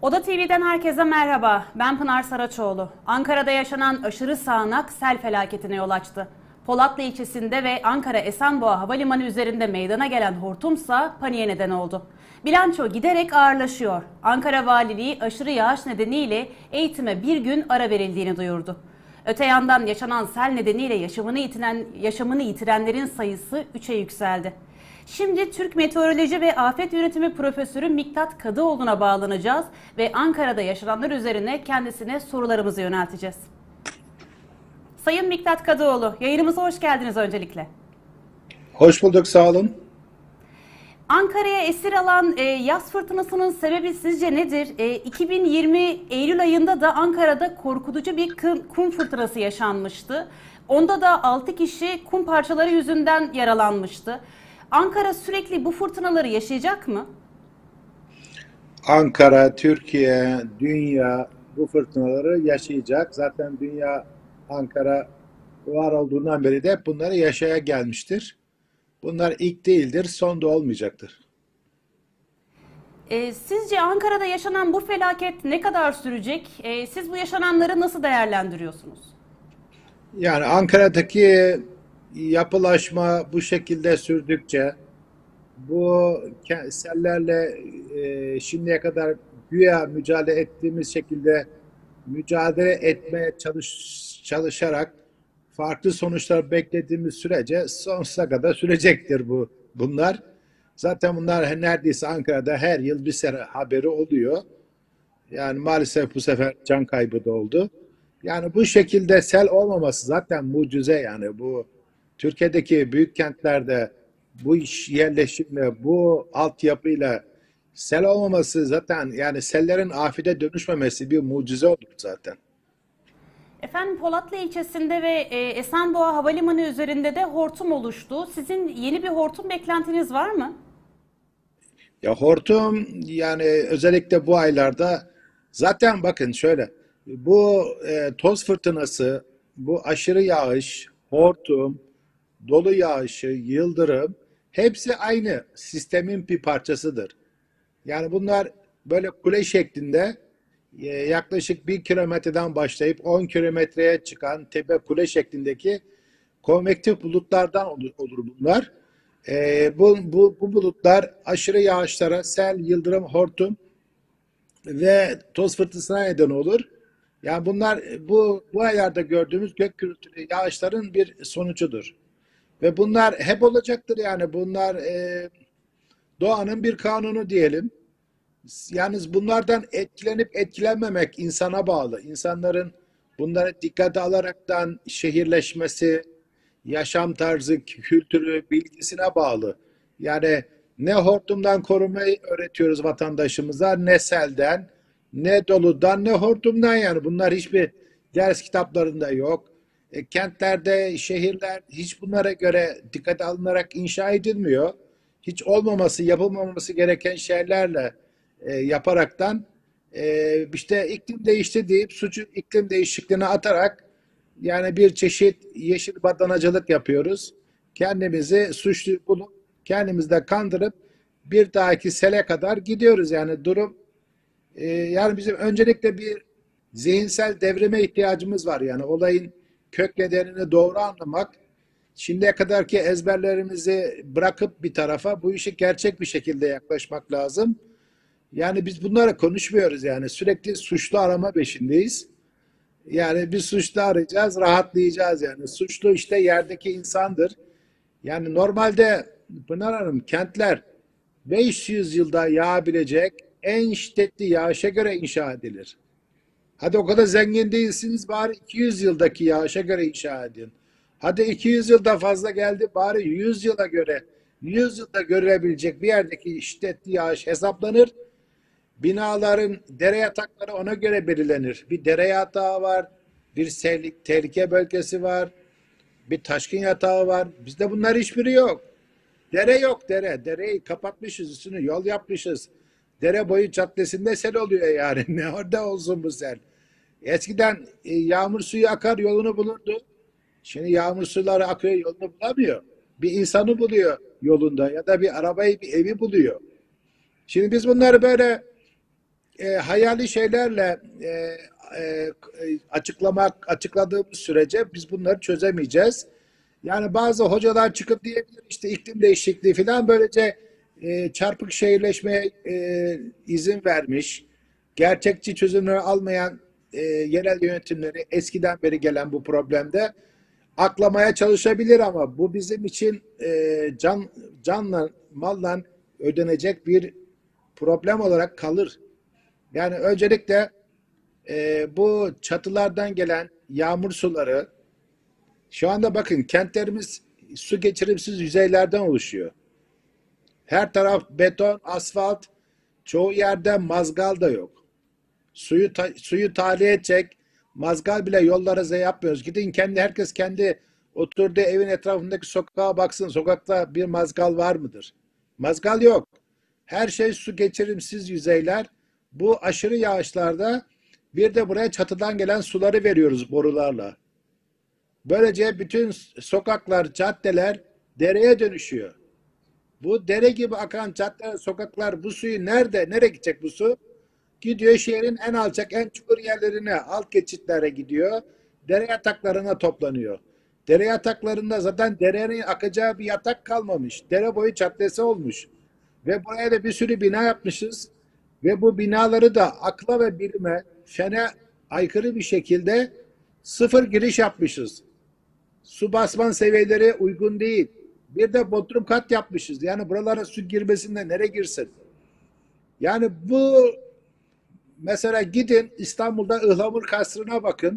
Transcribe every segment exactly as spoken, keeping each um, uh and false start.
Oda T V'den herkese merhaba. Ben Pınar Saraçoğlu. Ankara'da yaşanan aşırı sağanak sel felaketine yol açtı. Polatlı ilçesinde ve Ankara Esenboğa Havalimanı üzerinde meydana gelen hortumsa paniğe neden oldu. Bilanço giderek ağırlaşıyor. Ankara Valiliği aşırı yağış nedeniyle eğitime bir gün ara verildiğini duyurdu. Öte yandan yaşanan sel nedeniyle yaşamını yitiren, yaşamını yitirenlerin sayısı üçe yükseldi. Şimdi Türk Meteoroloji ve Afet Yönetimi Profesörü Miktat Kadıoğlu'na bağlanacağız ve Ankara'da yaşananlar üzerine kendisine sorularımızı yönelteceğiz. Sayın Miktat Kadıoğlu, yayınımıza hoş geldiniz öncelikle. Hoş bulduk, sağ olun. Ankara'ya esir alan e, yaz fırtınasının sebebi sizce nedir? E, iki bin yirmi Eylül ayında da Ankara'da korkutucu bir kum fırtınası yaşanmıştı. Onda da altı kişi kum parçaları yüzünden yaralanmıştı. Ankara sürekli bu fırtınaları yaşayacak mı? Ankara, Türkiye, dünya bu fırtınaları yaşayacak. Zaten dünya, Ankara var olduğundan beri de hep bunları yaşaya gelmiştir. Bunlar ilk değildir, son da olmayacaktır. E, sizce Ankara'da yaşanan bu felaket ne kadar sürecek? E, siz bu yaşananları nasıl değerlendiriyorsunuz? Yani Ankara'daki yapılaşma bu şekilde sürdükçe, bu sellerle e, şimdiye kadar güya mücadele ettiğimiz şekilde mücadele etmeye çalış, çalışarak farklı sonuçlar beklediğimiz sürece sonsuza kadar sürecektir bu bunlar. Zaten bunlar neredeyse Ankara'da her yıl bir sene haberi oluyor. Yani maalesef bu sefer can kaybı da oldu. Yani bu şekilde sel olmaması zaten mucize yani bu Türkiye'deki büyük kentlerde bu iş yerleşimle, bu altyapıyla sel olmaması zaten yani sellerin afete dönüşmemesi bir mucize olur zaten. Efendim Polatlı ilçesinde ve e, Esenboğa Havalimanı üzerinde de hortum oluştu. Sizin yeni bir hortum beklentiniz var mı? Ya hortum yani özellikle bu aylarda zaten bakın şöyle bu e, toz fırtınası, bu aşırı yağış, hortum, dolu yağışı, yıldırım hepsi aynı sistemin bir parçasıdır. Yani bunlar böyle kule şeklinde e, yaklaşık bir kilometreden başlayıp on kilometreye çıkan tepe kule şeklindeki konvektif bulutlardan olur, olur bunlar. E, bu, bu, bu bulutlar aşırı yağışlara, sel, yıldırım, hortum ve toz fırtınasına neden olur. Yani bunlar bu bu aylarda gördüğümüz gök gürültülü yağışların bir sonucudur. Ve bunlar hep olacaktır yani bunlar e, doğanın bir kanunu diyelim. Yalnız bunlardan etkilenip etkilenmemek insana bağlı. İnsanların bunları dikkate alaraktan şehirleşmesi, yaşam tarzı, kültürü, bilgisine bağlı. Yani ne hortumdan korumayı öğretiyoruz vatandaşımıza, ne selden, ne doludan, ne hortumdan yani. Bunlar hiçbir ders kitaplarında yok. E, kentlerde, şehirler hiç bunlara göre dikkate alınarak inşa edilmiyor. Hiç olmaması, yapılmaması gereken şeylerle e, yaparaktan e, işte iklim değişti deyip suçu iklim değişikliğine atarak yani bir çeşit yeşil badanacılık yapıyoruz. Kendimizi suçlu bulup kendimizi de kandırıp bir dahaki sele kadar gidiyoruz. Yani durum e, yani bizim öncelikle bir zihinsel devrime ihtiyacımız var. Yani olayın kök nedenini doğru anlamak, şimdiye kadarki ezberlerimizi bırakıp bir tarafa bu işi gerçek bir şekilde yaklaşmak lazım. Yani biz bunlara konuşmuyoruz yani sürekli suçlu arama peşindeyiz. Yani bir suçlu arayacağız, rahatlayacağız yani. Suçlu işte yerdeki insandır. Yani normalde Pınar Hanım kentler beş yüz yılda yağabilecek en şiddetli yağışa göre inşa edilir. Hadi o kadar zengin değilsiniz bari iki yüz yıldaki yağışa göre inşa edin. Hadi iki yüz yılda fazla geldi bari yüz yıla göre yüz yılda görülebilecek bir yerdeki şiddetli yağış hesaplanır. Binaların dere yatakları ona göre belirlenir. Bir dere yatağı var, bir tehlike bölgesi var, bir taşkın yatağı var. Bizde bunlar hiçbiri yok. Dere yok dere. Dereyi kapatmışız üstünü yol yapmışız. Dere boyu caddesinde sel oluyor yani. Ne orada olsun bu sel. Eskiden e, yağmur suyu akar yolunu bulurdu. Şimdi yağmur suları akıyor yolunu bulamıyor. Bir insanı buluyor yolunda ya da bir arabayı bir evi buluyor. Şimdi biz bunları böyle e, hayali şeylerle e, e, açıklamak açıkladığımız sürece biz bunları çözemeyeceğiz. Yani bazı hocalar çıkıp diyebilir işte iklim değişikliği falan böylece e, çarpık şehirleşmeye e, izin vermiş. Gerçekçi çözümleri almayan e, yerel yönetimleri eskiden beri gelen bu problemde aklamaya çalışabilir ama bu bizim için e, can canla malla ödenecek bir problem olarak kalır. Yani öncelikle e, bu çatılardan gelen yağmur suları şu anda bakın kentlerimiz su geçirimsiz yüzeylerden oluşuyor. Her taraf beton, asfalt, çoğu yerde mazgal da yok. Suyu ta- suyu tahliye edecek mazgal bile yollara yapmıyoruz. Gidin kendi herkes kendi oturduğu evin etrafındaki sokağa baksın. Sokakta bir mazgal var mıdır? Mazgal yok. Her şey su geçirimsiz yüzeyler. Bu aşırı yağışlarda bir de buraya çatıdan gelen suları veriyoruz borularla. Böylece bütün sokaklar, caddeler dereye dönüşüyor. Bu dere gibi akan caddeler, sokaklar bu suyu nerede, nereye gidecek bu su? Gidiyor şehrin en alçak, en çukur yerlerine, alt geçitlere gidiyor. Dere yataklarına toplanıyor. Dere yataklarında zaten derenin akacağı bir yatak kalmamış. Dere boyu caddesi olmuş. Ve buraya da bir sürü bina yapmışız. Ve bu binaları da akla ve bilime, fene aykırı bir şekilde sıfır giriş yapmışız. Su basman seviyeleri uygun değil. Bir de bodrum kat yapmışız. Yani buralara su girmesinde nereye girsin? Yani bu mesela gidin İstanbul'da Ihlamur Kasrı'na bakın.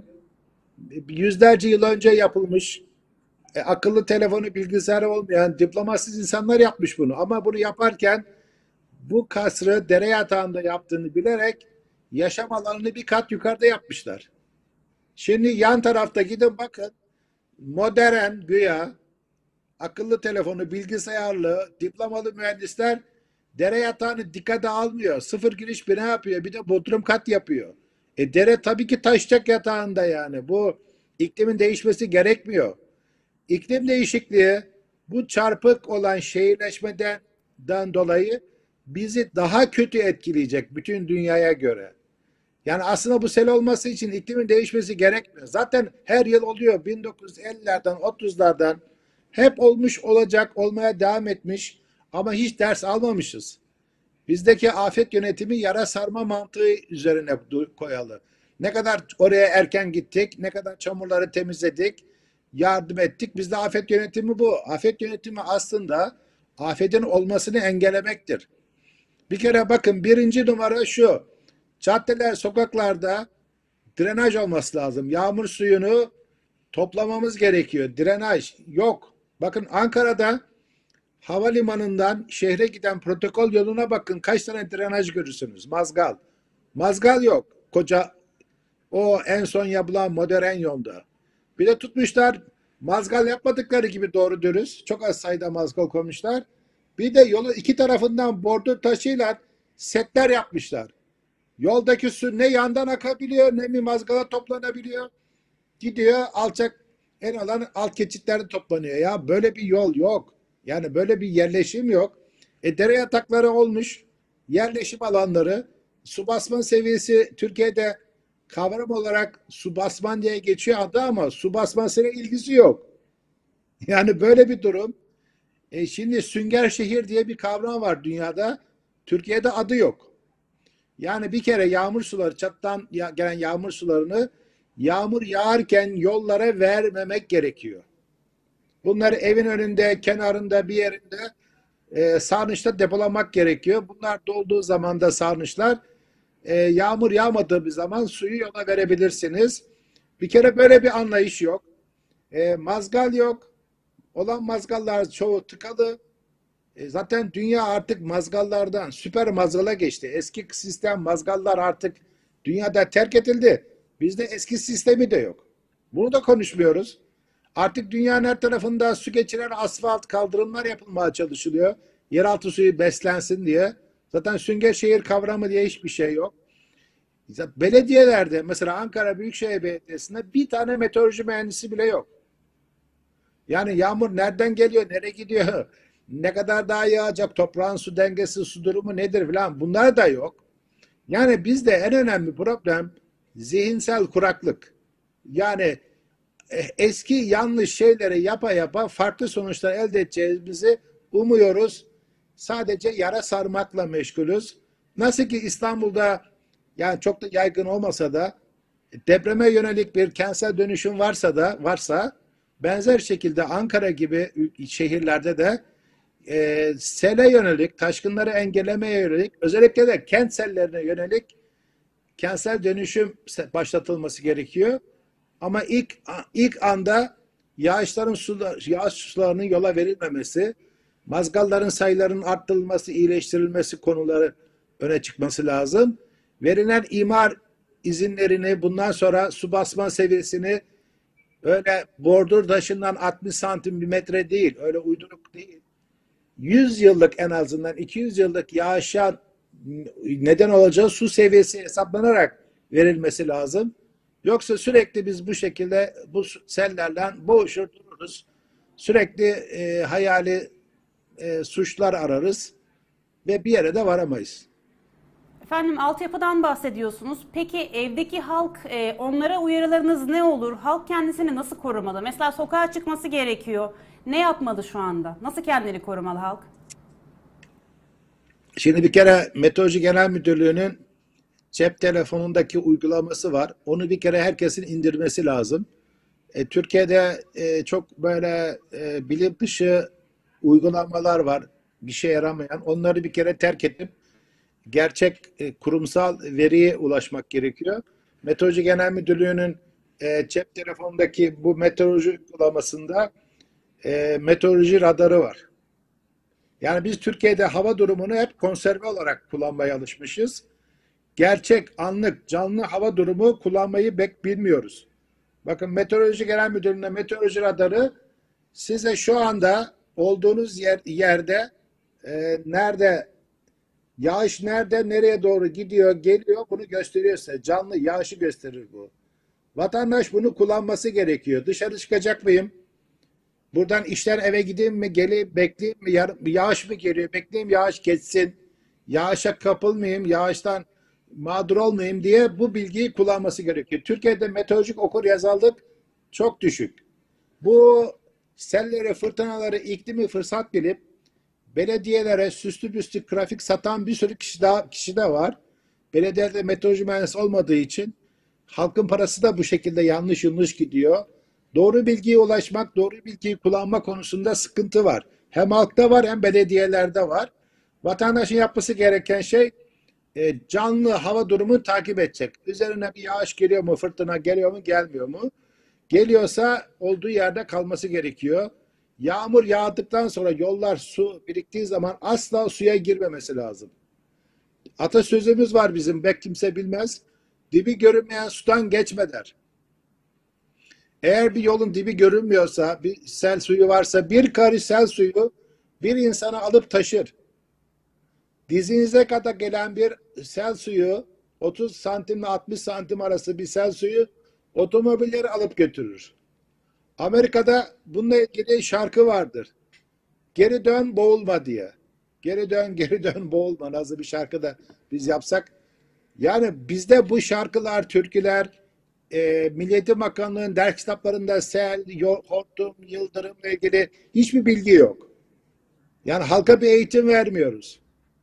Yüzlerce yıl önce yapılmış. E, akıllı telefonu, bilgisayarı olmayan diplomatsız insanlar yapmış bunu. Ama bunu yaparken bu kasrı dere yatağında yaptığını bilerek yaşam alanını bir kat yukarıda yapmışlar. Şimdi yan tarafta gidin bakın. Modern güya akıllı telefonu, bilgisayarlı, diplomalı mühendisler dere yatağını dikkate almıyor. Sıfır giriş bina yapıyor. Bir de bodrum kat yapıyor. E dere tabii ki taşacak yatağında yani. Bu iklimin değişmesi gerekmiyor. İklim değişikliği bu çarpık olan şehirleşmeden dolayı bizi daha kötü etkileyecek bütün dünyaya göre. Yani aslında bu sel olması için iklimin değişmesi gerekmiyor. Zaten her yıl oluyor. bin dokuz yüz ellilerden, otuzlardan hep olmuş, olacak, olmaya devam etmiş ama hiç ders almamışız. Bizdeki afet yönetimi yara sarma mantığı üzerine koyalı. Ne kadar oraya erken gittik, ne kadar çamurları temizledik, yardım ettik. Bizde afet yönetimi bu. Afet yönetimi aslında afetin olmasını engellemektir. Bir kere bakın birinci numara şu. Caddeler, sokaklarda drenaj olması lazım. Yağmur suyunu toplamamız gerekiyor. Drenaj yok. Bakın Ankara'da havalimanından şehre giden protokol yoluna bakın. Kaç tane drenaj görürsünüz? Mazgal. Mazgal yok. Koca o en son yapılan modern yolda. Bir de tutmuşlar mazgal yapmadıkları gibi doğru dürüst. Çok az sayıda mazgal koymuşlar. Bir de yolu iki tarafından bordür taşıyla setler yapmışlar. Yoldaki su ne yandan akabiliyor ne bir mazgala toplanabiliyor. Gidiyor alçak en alan alt geçitlerde toplanıyor. Ya böyle bir yol yok. Yani böyle bir yerleşim yok. E dere yatakları olmuş. Yerleşim alanları. Su basma seviyesi Türkiye'de kavram olarak su basman diye geçiyor adı ama su basmasıyla ilgisi yok. Yani böyle bir durum. E şimdi sünger şehir diye bir kavram var dünyada. Türkiye'de adı yok. Yani bir kere yağmur suları, çattan gelen yağmur sularını yağmur yağarken yollara vermemek gerekiyor. Bunları evin önünde, kenarında bir yerinde e, sarnıçta depolamak gerekiyor. Bunlar dolduğu zaman da sarnıçlar e, yağmur yağmadığı bir zaman suyu yola verebilirsiniz. Bir kere böyle bir anlayış yok. E, mazgal yok. Olan mazgallar çoğu tıkalı. E, zaten dünya artık mazgallardan süper mazgala geçti. Eski sistem mazgallar artık dünyada terk edildi. Bizde eski sistemi de yok. Bunu da konuşmuyoruz. Artık dünyanın her tarafında su geçiren asfalt kaldırımlar yapılmaya çalışılıyor. Yeraltı suyu beslensin diye. Zaten sünger şehir kavramı diye hiçbir şey yok. Belediyelerde mesela Ankara Büyükşehir Belediyesi'nde bir tane meteoroloji mühendisi bile yok. Yani yağmur nereden geliyor, nereye gidiyor, ne kadar daha yağacak, toprağın su dengesi, su durumu nedir falan bunlar da yok. Yani bizde en önemli problem zihinsel kuraklık. Yani e, eski yanlış şeyleri yapa yapa farklı sonuçlar elde edeceğimizi umuyoruz. Sadece yara sarmakla meşgulüz. Nasıl ki İstanbul'da, yani çok da yaygın olmasa da, depreme yönelik bir kentsel dönüşüm varsa da varsa, benzer şekilde Ankara gibi şehirlerde de e, sele yönelik, taşkınları engellemeye yönelik, özellikle de kentsellerine yönelik kentsel dönüşüm başlatılması gerekiyor. Ama ilk ilk anda yağışların sular, yağış sularının yola verilmemesi, mazgalların sayılarının arttırılması, iyileştirilmesi konuları öne çıkması lazım. Verilen imar izinlerini, bundan sonra su basma seviyesini öyle bordür taşından altmış santim bir metre değil, öyle uyduruk değil. yüz yıllık, en azından iki yüz yıllık yağışa neden olacağı su seviyesi hesaplanarak verilmesi lazım. Yoksa sürekli biz bu şekilde bu sellerle boğuşur dururuz. Sürekli e, hayali e, suçlar ararız ve bir yere de varamayız. Efendim, altyapıdan bahsediyorsunuz. Peki evdeki halk, e, onlara uyarılarınız ne olur? Halk kendisini nasıl korumalı? Mesela sokağa çıkması gerekiyor. Ne yapmalı şu anda? Nasıl kendini korumalı halk? Şimdi bir kere Meteoroloji Genel Müdürlüğü'nün cep telefonundaki uygulaması var. Onu bir kere herkesin indirmesi lazım. E, Türkiye'de e, çok böyle e, bilim dışı uygulamalar var, bir şey yaramayan. Onları bir kere terk edip gerçek e, kurumsal veriye ulaşmak gerekiyor. Meteoroloji Genel Müdürlüğü'nün e, cep telefonundaki bu meteoroloji uygulamasında e, meteoroloji radarı var. Yani biz Türkiye'de hava durumunu hep konserve olarak kullanmaya alışmışız. Gerçek, anlık, canlı hava durumu kullanmayı pek bilmiyoruz. Bakın, Meteoroloji Genel Müdürlüğü'nde meteoroloji radarı size şu anda olduğunuz yer, yerde e, nerede yağış, nerede nereye doğru gidiyor geliyor, bunu gösteriyor size. Canlı yağışı gösterir bu. Vatandaş bunu kullanması gerekiyor. Dışarı çıkacak mıyım? Buradan işten eve gideyim mi, geleyim, bekleyeyim mi, yağ, yağış mı geliyor, bekleyeyim yağış geçsin, yağışa kapılmayayım, yağıştan mağdur olmayayım diye bu bilgiyi kullanması gerekiyor. Türkiye'de meteorolojik okur yazarlık çok düşük. Bu selleri, fırtınaları, iklimi fırsat bilip belediyelere süslü püslü grafik satan bir sürü kişi daha kişi de var. Belediyede meteoroloji mühendisi olmadığı için halkın parası da bu şekilde yanlış yanlış gidiyor. Doğru bilgiye ulaşmak, doğru bilgiyi kullanma konusunda sıkıntı var. Hem halkta var, hem belediyelerde var. Vatandaşın yapması gereken şey e, canlı hava durumunu takip edecek. Üzerine bir yağış geliyor mu, fırtına geliyor mu, gelmiyor mu? Geliyorsa olduğu yerde kalması gerekiyor. Yağmur yağdıktan sonra yollar su biriktiği zaman asla suya girmemesi lazım. Atasözümüz var bizim, pek kimse bilmez. Dibi görünmeyen sudan geçme der. Eğer bir yolun dibi görünmüyorsa, bir sel suyu varsa, bir karış sel suyu bir insanı alıp taşır. Dizinize kadar gelen bir sel suyu, otuz santim ile altmış santim arası bir sel suyu otomobilleri alıp götürür. Amerika'da bununla ilgili şarkı vardır. Geri dön boğulma diye. Geri dön, geri dön boğulma. Nasıl bir şarkı da biz yapsak. Yani bizde bu şarkılar, türküler, e, Milli Eğitim Bakanlığı'nın ders kitaplarında sel, hortum, yıldırımla ilgili hiçbir bilgi yok. Yani halka bir eğitim vermiyoruz.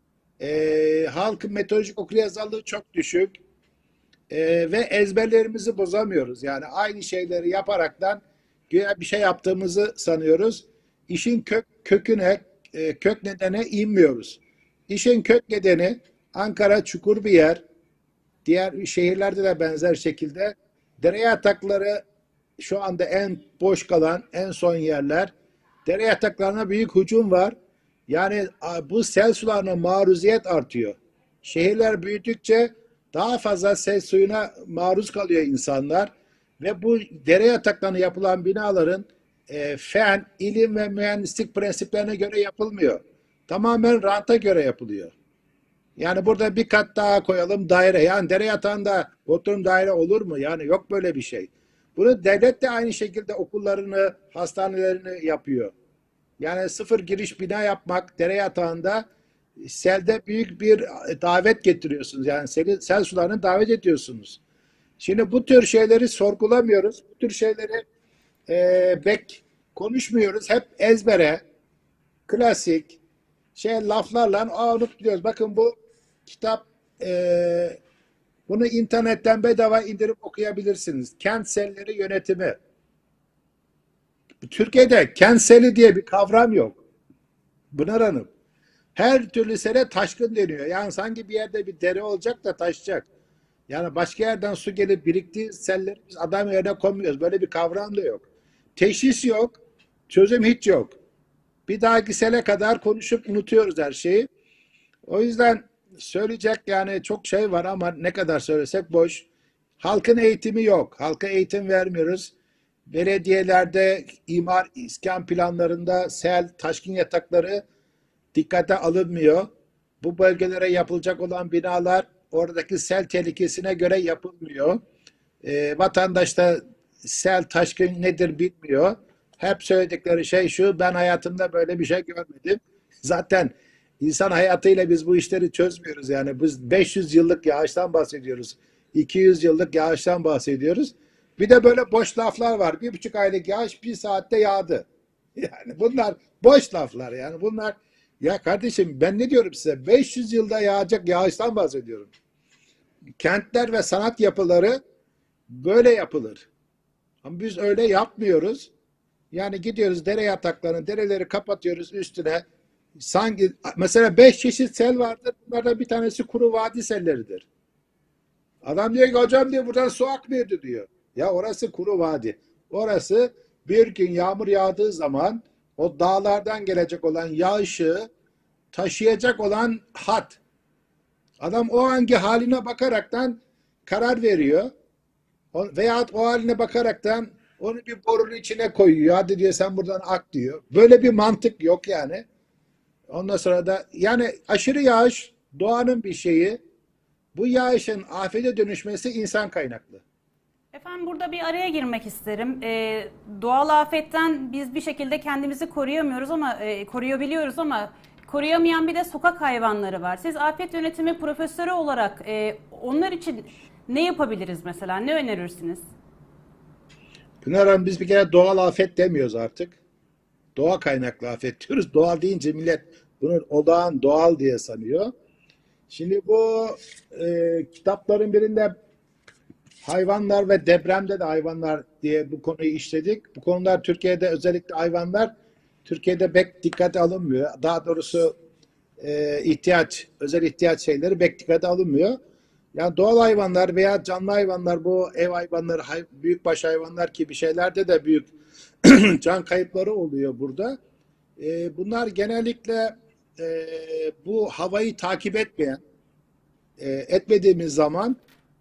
E, halk meteorolojik okuryazarlığı çok düşük. E, ve ezberlerimizi bozamıyoruz. Yani aynı şeyleri yaparaktan güya bir şey yaptığımızı sanıyoruz. İşin kök, köküne, e, kök nedene inmiyoruz. İşin kök nedeni, Ankara çukur bir yer. Diğer şehirlerde de benzer şekilde dere yatakları şu anda en boş kalan, en son yerler. Dere yataklarına büyük hücum var. Yani bu sel sularına maruziyet artıyor. Şehirler büyüdükçe daha fazla sel suyuna maruz kalıyor insanlar. Ve bu dere yataklarına yapılan binaların e, fen, ilim ve mühendislik prensiplerine göre yapılmıyor. Tamamen ranta göre yapılıyor. Yani burada bir kat daha koyalım daire. Yani dere yatağında oturum daire olur mu? Yani yok böyle bir şey. Bunu devlet de aynı şekilde okullarını, hastanelerini yapıyor. Yani sıfır giriş bina yapmak dere yatağında Selde büyük bir davet getiriyorsunuz. Yani sel, sel sularını davet ediyorsunuz. Şimdi bu tür şeyleri sorgulamıyoruz. Bu tür şeyleri e, bek konuşmuyoruz. Hep ezbere, klasik şey laflarla aa, unutuluyoruz. Bakın bu kitap e, bunu internetten bedava indirip okuyabilirsiniz. Kent selleri yönetimi. Türkiye'de kent seli diye bir kavram yok. Pınar Hanım. Her türlü sele taşkın deniyor. Yani sanki bir yerde bir dere olacak da taşacak. Yani başka yerden su gelip biriktiği selleri biz adam yerine koymuyoruz. Böyle bir kavram da yok. Teşhis yok. Çözüm hiç yok. Bir dahaki sele kadar konuşup unutuyoruz her şeyi. O yüzden söyleyecek yani çok şey var ama ne kadar söylesek boş. Halkın eğitimi yok. Halka eğitim vermiyoruz. Belediyelerde imar iskan planlarında sel, taşkın yatakları dikkate alınmıyor. Bu bölgelere yapılacak olan binalar oradaki sel tehlikesine göre yapılmıyor. E, vatandaş da sel, taşkın nedir bilmiyor. Hep söyledikleri şey şu, ben hayatımda böyle bir şey görmedim. Zaten insan hayatıyla biz bu işleri çözmüyoruz. Yani biz beş yüz yıllık yağıştan bahsediyoruz. iki yüz yıllık yağıştan bahsediyoruz. Bir de böyle boş laflar var. Bir buçuk aylık yağış bir saatte yağdı. Yani bunlar boş laflar. Yani bunlar ya kardeşim ben ne diyorum size? beş yüz yılda yağacak yağıştan bahsediyorum. Kentler ve sanat yapıları böyle yapılır. Ama biz öyle yapmıyoruz. Yani gidiyoruz dere yataklarını, dereleri kapatıyoruz üstüne. Sanki mesela beş çeşit sel vardır. Bunlardan bir tanesi kuru vadi selleridir. Adam diyor ki hocam diyor buradan su akmıyordu diyor. Ya orası kuru vadi. Orası bir gün yağmur yağdığı zaman o dağlardan gelecek olan yağışı taşıyacak olan hat. Adam o anki haline bakaraktan karar veriyor. Veya o haline bakaraktan onu bir borunun içine koyuyor. Hadi diyor sen buradan ak diyor. Böyle bir mantık yok yani. Ondan sonra da yani aşırı yağış doğanın bir şeyi. Bu yağışın afete dönüşmesi insan kaynaklı. Efendim burada bir araya girmek isterim. Ee, doğal afetten biz bir şekilde kendimizi koruyamıyoruz ama e, koruyabiliyoruz ama koruyamayan bir de sokak hayvanları var. Siz afet yönetimi profesörü olarak e, onlar için ne yapabiliriz mesela? Ne önerirsiniz? Pınar Hanım biz bir kere doğal afet demiyoruz artık. Doğa kaynaklı afet diyoruz. Doğal deyince millet bunu olağan doğal diye sanıyor. Şimdi bu e, kitapların birinde hayvanlar ve depremde de hayvanlar diye bu konuyu işledik. Bu konular Türkiye'de özellikle hayvanlar Türkiye'de pek dikkate alınmıyor. Daha doğrusu e, ihtiyaç, özel ihtiyaç şeyleri pek dikkate alınmıyor. Yani doğal hayvanlar veya canlı hayvanlar bu ev hayvanları, hay, büyükbaş hayvanlar gibi şeylerde de büyük can kayıpları oluyor burada. E, bunlar genellikle e, bu havayı takip etmeyen, e, etmediğimiz zaman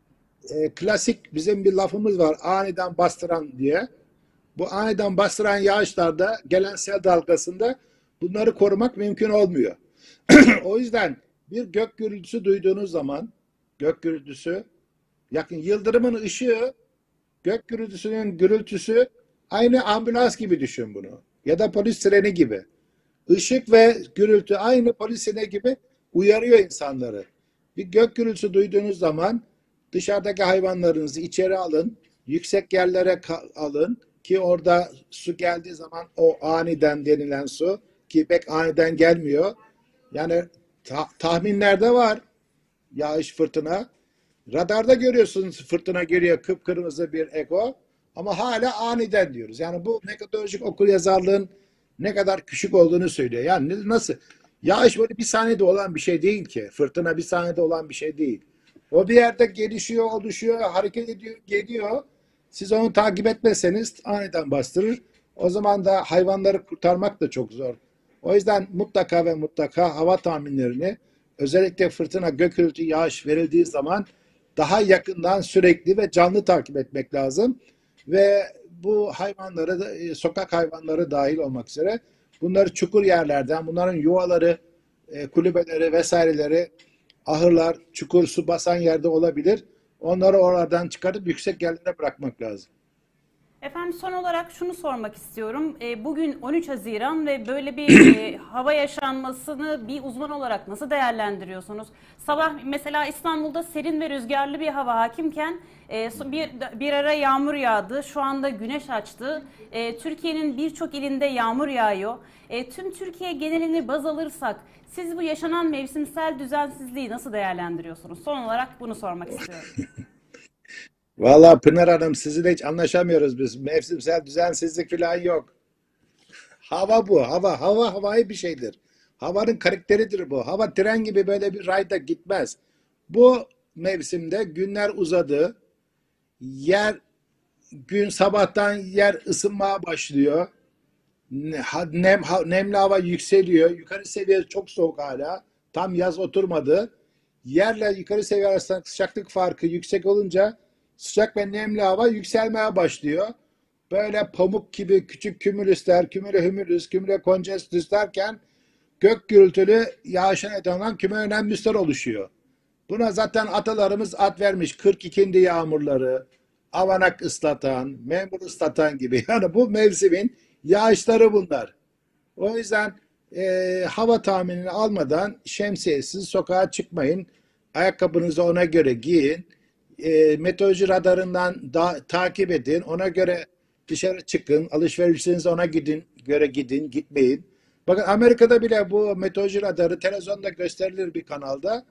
e, klasik bizim bir lafımız var aniden bastıran diye. Bu aniden bastıran yağışlarda gelen sel dalgasında bunları korumak mümkün olmuyor. O yüzden bir gök gürültüsü duyduğunuz zaman gök gürültüsü yakın yıldırımın ışığı gök gürültüsünün gürültüsü aynı ambulans gibi düşün bunu. Ya da polis treni gibi. Işık ve gürültü aynı polis treni gibi uyarıyor insanları. Bir gök gürültüsü duyduğunuz zaman dışarıdaki hayvanlarınızı içeri alın, yüksek yerlere alın ki orada su geldiği zaman o aniden denilen su ki pek aniden gelmiyor. Yani ta tahminlerde var yağış fırtına. Radarda görüyorsunuz fırtına geliyor kıpkırmızı bir ego ama hala aniden diyoruz. Yani bu metodolojik okuryazarlığın ne kadar küçük olduğunu söylüyor. Yani nasıl? Yağış böyle bir saniyede olan bir şey değil ki. Fırtına bir saniyede olan bir şey değil. O bir yerde gelişiyor, oluşuyor, hareket ediyor, geliyor. Siz onu takip etmezseniz aniden bastırır. O zaman da hayvanları kurtarmak da çok zor. O yüzden mutlaka ve mutlaka hava tahminlerini özellikle fırtına, gök gürültü, yağış verildiği zaman daha yakından sürekli ve canlı takip etmek lazım. Ve bu hayvanları da, sokak hayvanları dahil olmak üzere bunları çukur yerlerden, bunların yuvaları, kulübeleri vesaireleri, ahırlar, çukur, su basan yerde olabilir. Onları oradan çıkarıp yüksek yerlere bırakmak lazım. Efendim son olarak şunu sormak istiyorum. E, Bugün on üç Haziran ve böyle bir e, hava yaşanmasını bir uzman olarak nasıl değerlendiriyorsunuz? Sabah mesela İstanbul'da serin ve rüzgarlı bir hava hakimken e, so- bir, bir ara yağmur yağdı. Şu anda güneş açtı. E, Türkiye'nin birçok ilinde yağmur yağıyor. E, Tüm Türkiye genelini baz alırsak siz bu yaşanan mevsimsel düzensizliği nasıl değerlendiriyorsunuz? Son olarak bunu sormak istiyorum. Vallahi Pınar Hanım sizinle hiç anlaşamıyoruz biz. Mevsimsel düzensizlik falan yok. Hava bu. Hava. Hava havai bir şeydir. Havanın karakteridir bu. Hava tren gibi böyle bir rayda gitmez. Bu mevsimde günler uzadı. Yer gün sabahtan yer ısınmaya başlıyor. Nem, nemli hava yükseliyor. Yukarı seviye çok soğuk hala. Tam yaz oturmadı. Yerle yukarı seviye arasında sıcaklık farkı yüksek olunca sıcak ve nemli hava yükselmeye başlıyor. Böyle pamuk gibi küçük kümülüsler, kümüle hümülüs, kümüle konjestüs derken gök gürültülü yağışa neden olan kümülenüsler oluşuyor. Buna zaten atalarımız ad vermiş. kırk ikindi yağmurları, avanak ıslatan, memur ıslatan gibi. Yani bu mevsimin yağışları bunlar. O yüzden e, hava tahminini almadan şemsiyesiz sokağa çıkmayın. Ayakkabınızı ona göre giyin. E, meteoroloji radarından da, takip edin. Ona göre dışarı çıkın. Alışverişinize ona gidin, göre gidin, gitmeyin. Bakın Amerika'da bile bu meteoroloji radarı televizyonda gösterilir bir kanalda.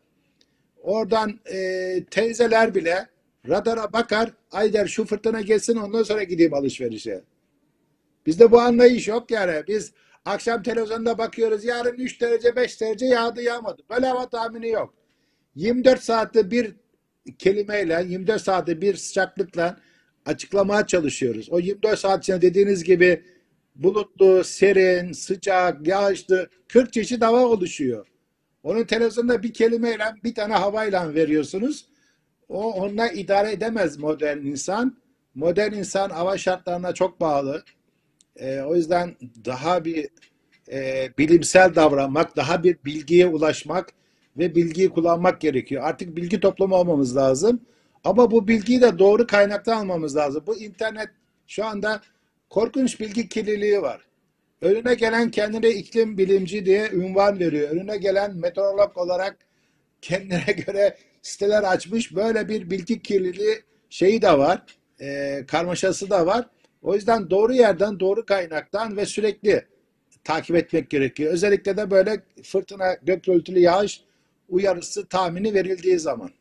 Oradan e, teyzeler bile radara bakar. Ay der şu fırtına gelsin ondan sonra gideyim alışverişe. Bizde bu anlayış yok yani. Biz akşam televizyonda bakıyoruz. Yarın üç derece beş derece yağdı yağmadı. Böyle hava tahmini yok. yirmi dört saatte bir kelimeyle yirmi dört saatte bir sıcaklıkla açıklamaya çalışıyoruz. O yirmi dört saat içinde dediğiniz gibi bulutlu, serin, sıcak, yağışlı kırk çeşit hava oluşuyor. Onun televizyonda bir kelimeyle bir tane havayla veriyorsunuz. O onunla idare edemez modern insan. Modern insan hava şartlarına çok bağlı. E, o yüzden daha bir e, bilimsel davranmak, daha bir bilgiye ulaşmak ve bilgiyi kullanmak gerekiyor. Artık bilgi toplumu olmamız lazım. Ama bu bilgiyi de doğru kaynaktan almamız lazım. Bu internet şu anda korkunç bilgi kirliliği var. Önüne gelen kendine iklim bilimci diye ünvan veriyor. Önüne gelen meteorolog olarak kendine göre siteler açmış. Böyle bir bilgi kirliliği şeyi de var. E, karmaşası da var. O yüzden doğru yerden, doğru kaynaktan ve sürekli takip etmek gerekiyor. Özellikle de böyle fırtına, gök gürültülü yağış uyarısı tahmini verildiği zaman.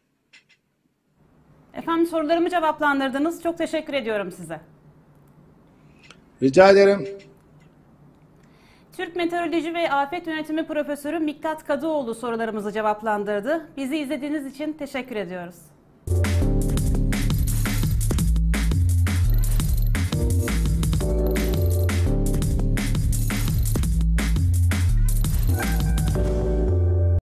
Efendim sorularımı cevaplandırdınız. Çok teşekkür ediyorum size. Rica ederim. Türk Meteoroloji ve Afet Yönetimi Profesörü Miktat Kadıoğlu sorularımızı cevaplandırdı. Bizi izlediğiniz için teşekkür ediyoruz.